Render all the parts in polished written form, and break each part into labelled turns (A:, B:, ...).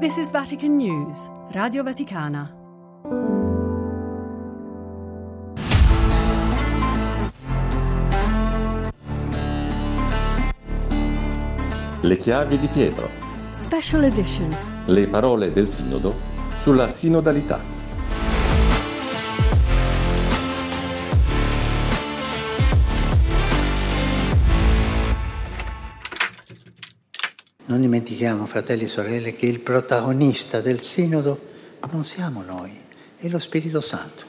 A: This is Vatican News, Radio Vaticana.
B: Le chiavi di Pietro.
A: Special edition.
B: Le parole del Sinodo sulla sinodalità.
C: Non dimentichiamo, fratelli e sorelle, che il protagonista del Sinodo non siamo noi, è lo Spirito Santo.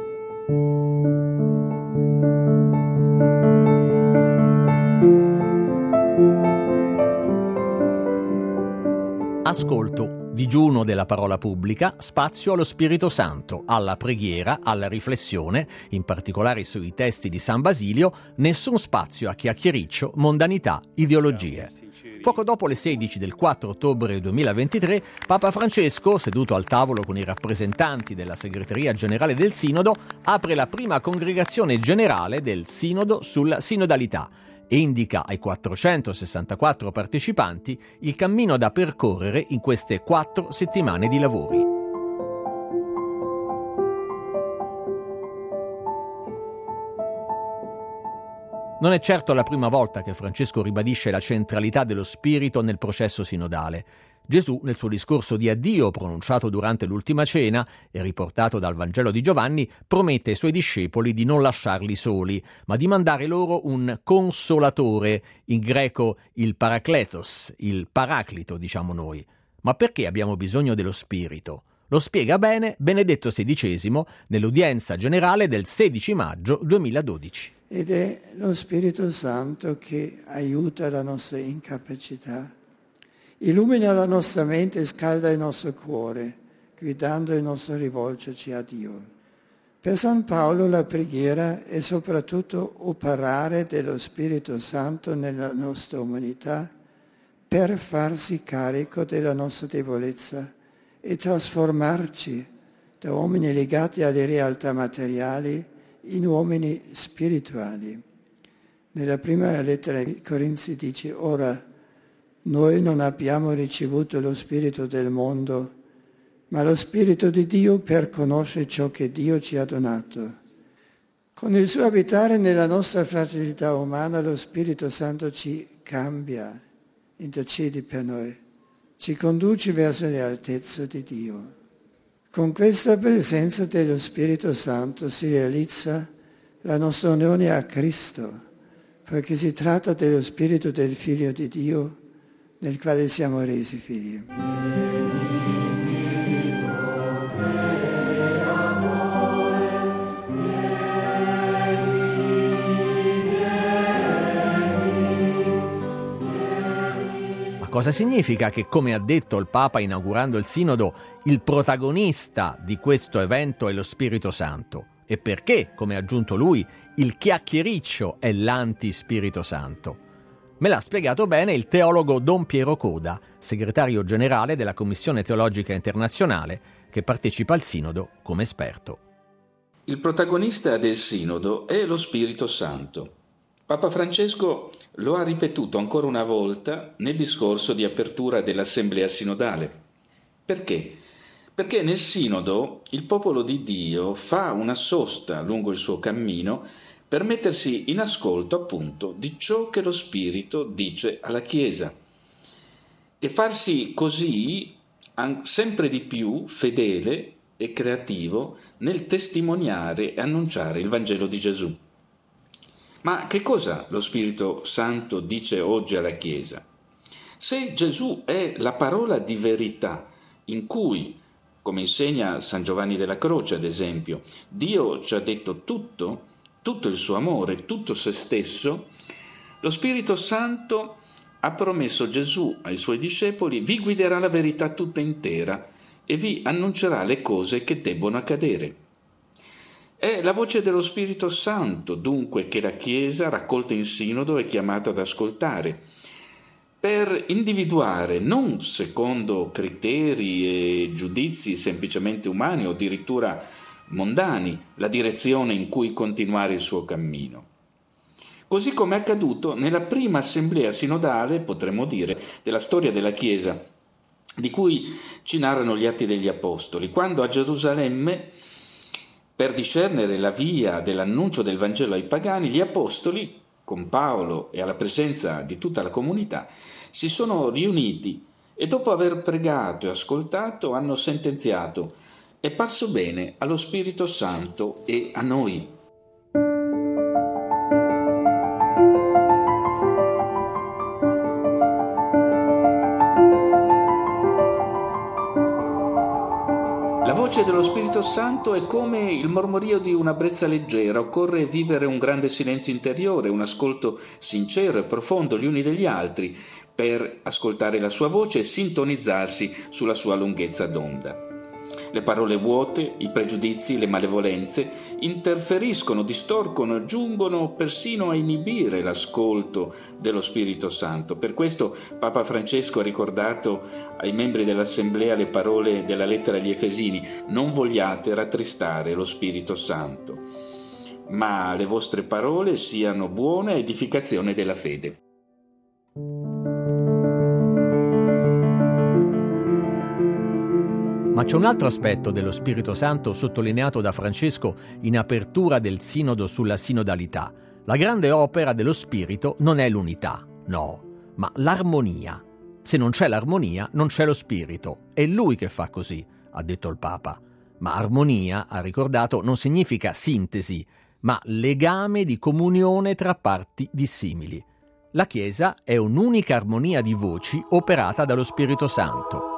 D: Ascolto, digiuno della parola pubblica, spazio allo Spirito Santo, alla preghiera, alla riflessione, in particolare sui testi di San Basilio, nessun spazio a chiacchiericcio, mondanità, ideologie. Poco dopo le 16 del 4 ottobre 2023, Papa Francesco, seduto al tavolo con i rappresentanti della Segreteria Generale del Sinodo, apre la prima congregazione generale del Sinodo sulla sinodalità e indica ai 464 partecipanti il cammino da percorrere in queste 4 settimane di lavori. Non è certo la prima volta che Francesco ribadisce la centralità dello spirito nel processo sinodale. Gesù, nel suo discorso di addio pronunciato durante l'ultima cena e riportato dal Vangelo di Giovanni, promette ai suoi discepoli di non lasciarli soli, ma di mandare loro un consolatore, in greco il parakletos, il paraclito diciamo noi. Ma perché abbiamo bisogno dello spirito? Lo spiega bene Benedetto XVI nell'udienza generale del 16 maggio 2012.
E: Ed è lo Spirito Santo che aiuta la nostra incapacità, illumina la nostra mente e scalda il nostro cuore, guidando il nostro rivolgerci a Dio. Per San Paolo la preghiera è soprattutto operare dello Spirito Santo nella nostra umanità per farsi carico della nostra debolezza e trasformarci da uomini legati alle realtà materiali in uomini spirituali. Nella prima lettera ai Corinzi dice: ora noi non abbiamo ricevuto lo spirito del mondo, ma lo spirito di Dio per conoscere ciò che Dio ci ha donato. Con il suo abitare nella nostra fragilità umana, lo Spirito Santo ci cambia, intercede per noi, ci conduce verso le altezze di Dio. Con questa presenza dello Spirito Santo si realizza la nostra unione a Cristo, perché si tratta dello Spirito del Figlio di Dio, nel quale siamo resi figli.
D: Cosa significa che, come ha detto il Papa inaugurando il Sinodo, il protagonista di questo evento è lo Spirito Santo? E perché, come ha aggiunto lui, il chiacchiericcio è l'anti-Spirito Santo? Me l'ha spiegato bene il teologo Don Piero Coda, segretario generale della Commissione Teologica Internazionale, che partecipa al Sinodo come esperto.
F: Il protagonista del Sinodo è lo Spirito Santo. Papa Francesco lo ha ripetuto ancora una volta nel discorso di apertura dell'Assemblea Sinodale. Perché? Perché nel Sinodo il popolo di Dio fa una sosta lungo il suo cammino per mettersi in ascolto appunto di ciò che lo Spirito dice alla Chiesa e farsi così sempre di più fedele e creativo nel testimoniare e annunciare il Vangelo di Gesù. Ma che cosa lo Spirito Santo dice oggi alla Chiesa? Se Gesù è la parola di verità in cui, come insegna San Giovanni della Croce ad esempio, Dio ci ha detto tutto il suo amore, tutto se stesso, lo Spirito Santo ha promesso Gesù ai suoi discepoli: vi guiderà la verità tutta intera e vi annuncerà le cose che debbono accadere. È la voce dello Spirito Santo, dunque, che la Chiesa, raccolta in Sinodo, è chiamata ad ascoltare, per individuare, non secondo criteri e giudizi semplicemente umani o addirittura mondani, la direzione in cui continuare il suo cammino. Così come è accaduto nella prima assemblea sinodale, potremmo dire, della storia della Chiesa, di cui ci narrano gli Atti degli Apostoli, quando a Gerusalemme, per discernere la via dell'annuncio del Vangelo ai pagani, gli Apostoli, con Paolo e alla presenza di tutta la comunità, si sono riuniti e dopo aver pregato e ascoltato hanno sentenziato: è parso bene allo Spirito Santo e a noi. La voce dello Spirito Santo è come il mormorio di una brezza leggera. Occorre vivere un grande silenzio interiore, un ascolto sincero e profondo gli uni degli altri per ascoltare la sua voce e sintonizzarsi sulla sua lunghezza d'onda. Le parole vuote, i pregiudizi, le malevolenze interferiscono, distorcono, giungono persino a inibire l'ascolto dello Spirito Santo. Per questo Papa Francesco ha ricordato ai membri dell'Assemblea le parole della lettera agli Efesini: non vogliate rattristare lo Spirito Santo, ma le vostre parole siano buona edificazione della fede.
D: Ma c'è un altro aspetto dello Spirito Santo sottolineato da Francesco in apertura del Sinodo sulla sinodalità. La grande opera dello Spirito non è l'unità, no, ma l'armonia. Se non c'è l'armonia, non c'è lo Spirito. È Lui che fa così, ha detto il Papa. Ma armonia, ha ricordato, non significa sintesi, ma legame di comunione tra parti dissimili. La Chiesa è un'unica armonia di voci operata dallo Spirito Santo.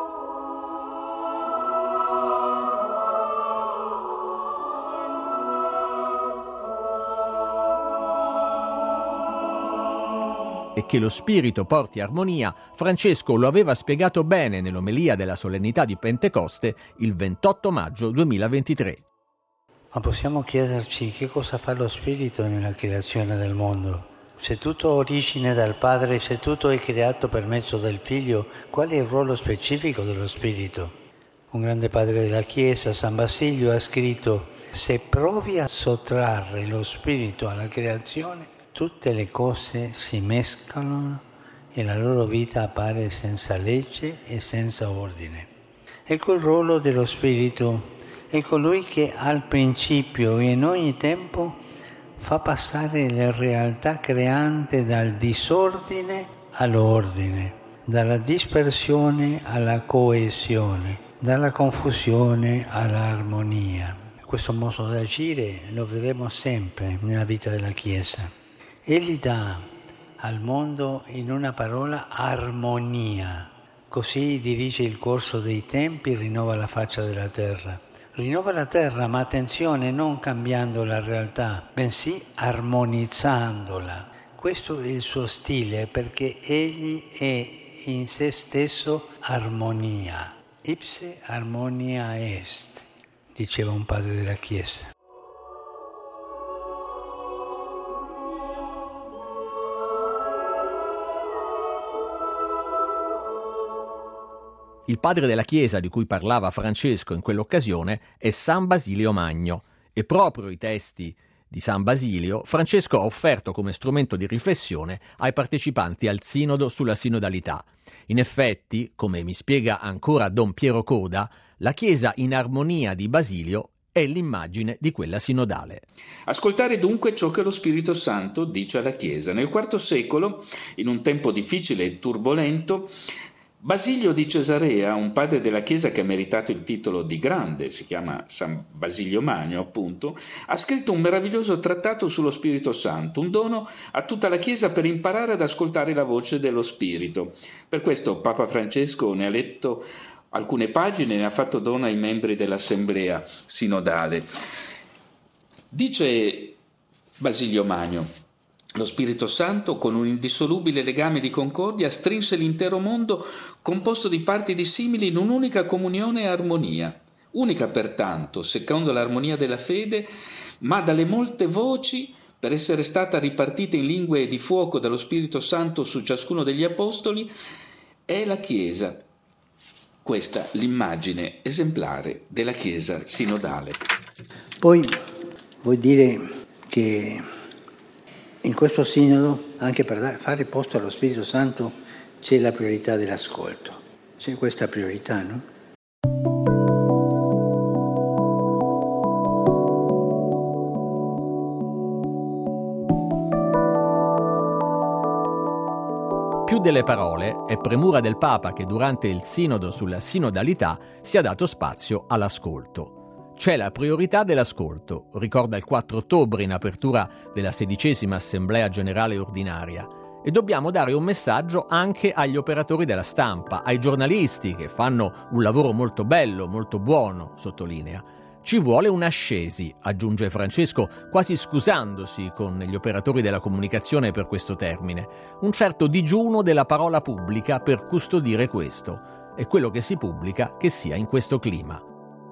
D: E che lo Spirito porti armonia, Francesco lo aveva spiegato bene nell'omelia della solennità di Pentecoste il 28 maggio 2023.
C: Ma possiamo chiederci che cosa fa lo Spirito nella creazione del mondo? Se tutto ha origine dal Padre, se tutto è creato per mezzo del Figlio, qual è il ruolo specifico dello Spirito? Un grande padre della Chiesa, San Basilio, ha scritto: se provi a sottrarre lo Spirito alla creazione, tutte le cose si mescolano e la loro vita appare senza legge e senza ordine. Ecco il ruolo dello Spirito, è colui che al principio e in ogni tempo fa passare le realtà creante dal disordine all'ordine, dalla dispersione alla coesione, dalla confusione all'armonia. Questo modo di agire lo vedremo sempre nella vita della Chiesa. Egli dà al mondo, in una parola, armonia. Così dirige il corso dei tempi, rinnova la faccia della terra. Rinnova la terra, ma attenzione, non cambiando la realtà, bensì armonizzandola. Questo è il suo stile, perché egli è in se stesso armonia. Ipse harmonia est, diceva un padre della Chiesa.
D: Il padre della Chiesa di cui parlava Francesco in quell'occasione è San Basilio Magno e proprio i testi di San Basilio Francesco ha offerto come strumento di riflessione ai partecipanti al Sinodo sulla sinodalità. In effetti, come mi spiega ancora Don Piero Coda, la Chiesa in armonia di Basilio è l'immagine di quella sinodale.
F: Ascoltare dunque ciò che lo Spirito Santo dice alla Chiesa. Nel IV secolo, in un tempo difficile e turbolento, Basilio di Cesarea, un padre della Chiesa che ha meritato il titolo di grande, si chiama San Basilio Magno appunto, ha scritto un meraviglioso trattato sullo Spirito Santo, un dono a tutta la Chiesa per imparare ad ascoltare la voce dello Spirito. Per questo Papa Francesco ne ha letto alcune pagine e ne ha fatto dono ai membri dell'Assemblea sinodale. Dice Basilio Magno: lo Spirito Santo, con un indissolubile legame di concordia, strinse l'intero mondo composto di parti dissimili in un'unica comunione e armonia, unica pertanto, secondo l'armonia della fede, ma dalle molte voci, per essere stata ripartita in lingue di fuoco dallo Spirito Santo su ciascuno degli Apostoli, è la Chiesa. Questa l'immagine esemplare della Chiesa sinodale.
C: Poi vuol dire che in questo sinodo, anche per fare posto allo Spirito Santo, c'è la priorità dell'ascolto. C'è questa priorità, no?
D: Più delle parole, è premura del Papa che durante il sinodo sulla sinodalità sia dato spazio all'ascolto. C'è la priorità dell'ascolto, ricorda il 4 ottobre in apertura della 16ª Assemblea Generale Ordinaria, e dobbiamo dare un messaggio anche agli operatori della stampa, ai giornalisti che fanno un lavoro molto bello, molto buono, sottolinea. Ci vuole un'ascesi, aggiunge Francesco, quasi scusandosi con gli operatori della comunicazione per questo termine, un certo digiuno della parola pubblica per custodire questo, e quello che si pubblica che sia in questo clima.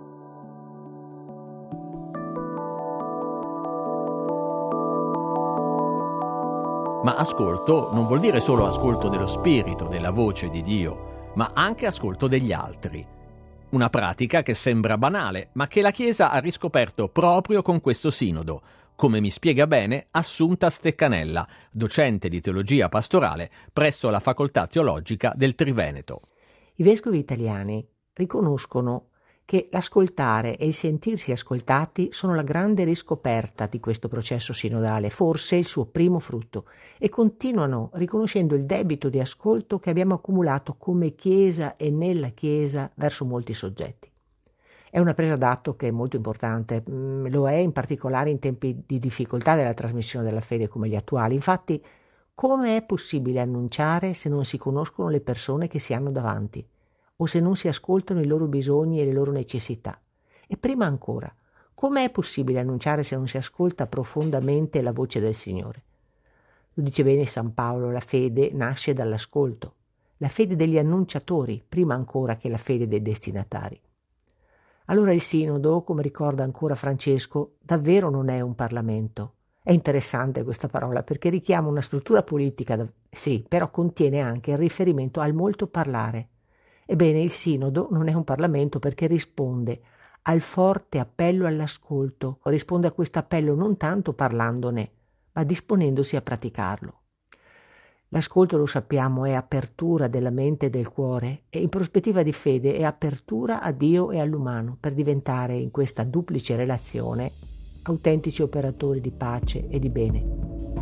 D: Ma ascolto non vuol dire solo ascolto dello spirito, della voce di Dio, ma anche ascolto degli altri. Una pratica che sembra banale, ma che la Chiesa ha riscoperto proprio con questo sinodo, come mi spiega bene Assunta Steccanella, docente di teologia pastorale presso la Facoltà Teologica del Triveneto.
G: I vescovi italiani riconoscono che l'ascoltare e il sentirsi ascoltati sono la grande riscoperta di questo processo sinodale, forse il suo primo frutto, e continuano riconoscendo il debito di ascolto che abbiamo accumulato come Chiesa e nella Chiesa verso molti soggetti. È una presa d'atto che è molto importante, lo è in particolare in tempi di difficoltà della trasmissione della fede come gli attuali. Infatti, come è possibile annunciare se non si conoscono le persone che si hanno davanti? O se non si ascoltano i loro bisogni e le loro necessità. E prima ancora, come è possibile annunciare se non si ascolta profondamente la voce del Signore? Lo dice bene San Paolo, la fede nasce dall'ascolto, la fede degli annunciatori, prima ancora che la fede dei destinatari. Allora il sinodo, come ricorda ancora Francesco, davvero non è un Parlamento. È interessante questa parola perché richiama una struttura politica, sì, però contiene anche il riferimento al molto parlare. Ebbene, il sinodo non è un Parlamento perché risponde al forte appello all'ascolto, risponde a questo appello non tanto parlandone, ma disponendosi a praticarlo. L'ascolto, lo sappiamo, è apertura della mente e del cuore e in prospettiva di fede è apertura a Dio e all'umano per diventare in questa duplice relazione autentici operatori di pace e di bene.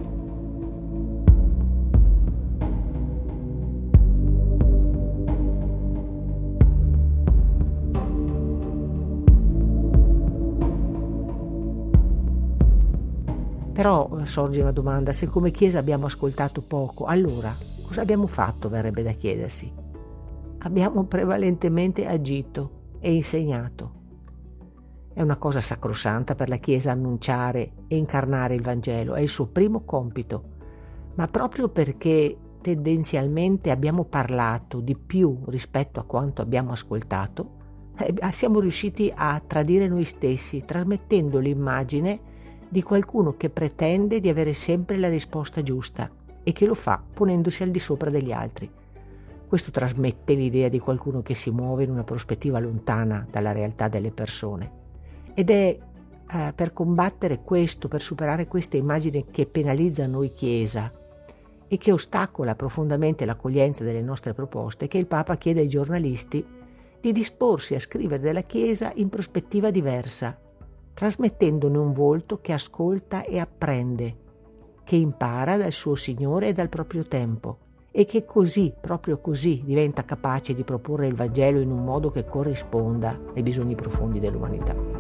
G: Però sorge una domanda: se come Chiesa abbiamo ascoltato poco, allora cosa abbiamo fatto, verrebbe da chiedersi. Abbiamo prevalentemente agito e insegnato. È una cosa sacrosanta per la Chiesa annunciare e incarnare il Vangelo, è il suo primo compito, ma proprio perché tendenzialmente abbiamo parlato di più rispetto a quanto abbiamo ascoltato, siamo riusciti a tradire noi stessi, trasmettendo l'immagine di qualcuno che pretende di avere sempre la risposta giusta e che lo fa ponendosi al di sopra degli altri. Questo trasmette l'idea di qualcuno che si muove in una prospettiva lontana dalla realtà delle persone. Ed è per combattere questo, per superare questa immagine che penalizza noi Chiesa e che ostacola profondamente l'accoglienza delle nostre proposte, che il Papa chiede ai giornalisti di disporsi a scrivere della Chiesa in prospettiva diversa, trasmettendone un volto che ascolta e apprende, che impara dal suo Signore e dal proprio tempo e che così, proprio così, diventa capace di proporre il Vangelo in un modo che corrisponda ai bisogni profondi dell'umanità.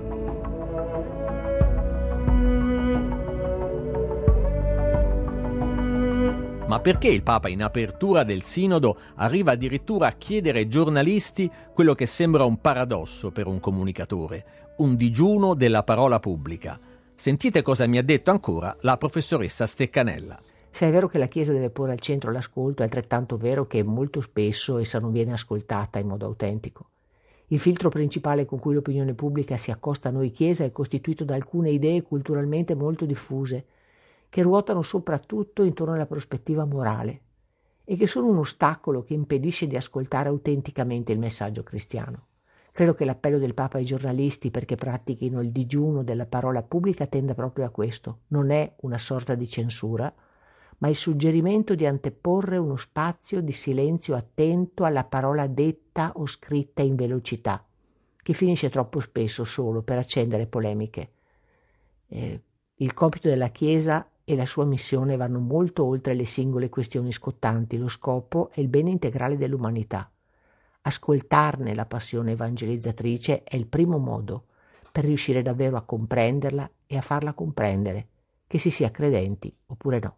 D: Ma perché il Papa in apertura del Sinodo arriva addirittura a chiedere ai giornalisti quello che sembra un paradosso per un comunicatore, un digiuno della parola pubblica? Sentite cosa mi ha detto ancora la professoressa Steccanella.
G: Se è vero che la Chiesa deve porre al centro l'ascolto, è altrettanto vero che molto spesso essa non viene ascoltata in modo autentico. Il filtro principale con cui l'opinione pubblica si accosta a noi Chiesa è costituito da alcune idee culturalmente molto diffuse, che ruotano soprattutto intorno alla prospettiva morale e che sono un ostacolo che impedisce di ascoltare autenticamente il messaggio cristiano. Credo che l'appello del Papa ai giornalisti perché pratichino il digiuno della parola pubblica tenda proprio a questo. Non è una sorta di censura, ma il suggerimento di anteporre uno spazio di silenzio attento alla parola detta o scritta in velocità, che finisce troppo spesso solo per accendere polemiche. Il compito della Chiesa e la sua missione vanno molto oltre le singole questioni scottanti. Lo scopo è il bene integrale dell'umanità. Ascoltarne la passione evangelizzatrice è il primo modo per riuscire davvero a comprenderla e a farla comprendere, che si sia credenti oppure no.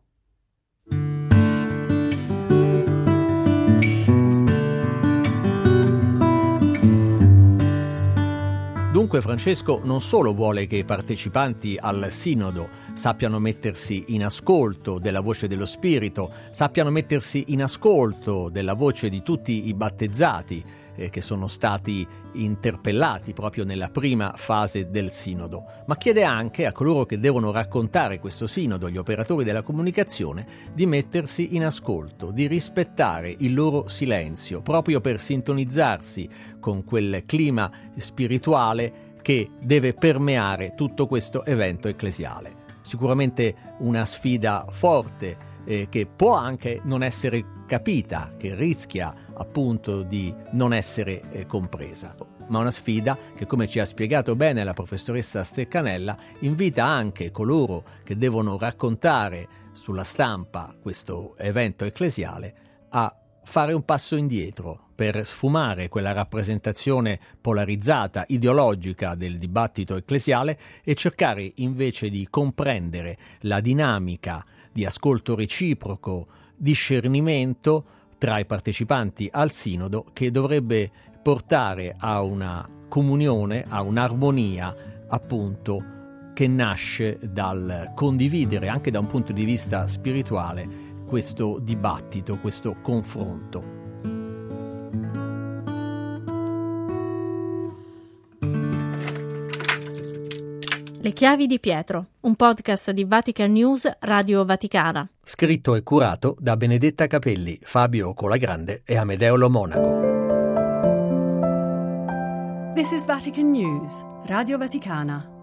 D: Dunque Francesco non solo vuole che i partecipanti al Sinodo sappiano mettersi in ascolto della voce dello Spirito, sappiano mettersi in ascolto della voce di tutti i battezzati che sono stati interpellati proprio nella prima fase del Sinodo, ma chiede anche a coloro che devono raccontare questo Sinodo, gli operatori della comunicazione, di mettersi in ascolto, di rispettare il loro silenzio, proprio per sintonizzarsi con quel clima spirituale che deve permeare tutto questo evento ecclesiale. Sicuramente una sfida forte che può anche non essere capita, che rischia appunto di non essere compresa, ma una sfida che, come ci ha spiegato bene la professoressa Steccanella, invita anche coloro che devono raccontare sulla stampa questo evento ecclesiale a fare un passo indietro per sfumare quella rappresentazione polarizzata, ideologica del dibattito ecclesiale e cercare invece di comprendere la dinamica di ascolto reciproco, discernimento tra i partecipanti al Sinodo, che dovrebbe portare a una comunione, a un'armonia appunto che nasce dal condividere anche da un punto di vista spirituale questo dibattito, questo confronto.
H: Le chiavi di Pietro, un podcast di Vatican News Radio Vaticana.
D: Scritto e curato da Benedetta Capelli, Fabio Colagrande e Amedeo Lo Monaco.
A: This is Vatican News, Radio Vaticana.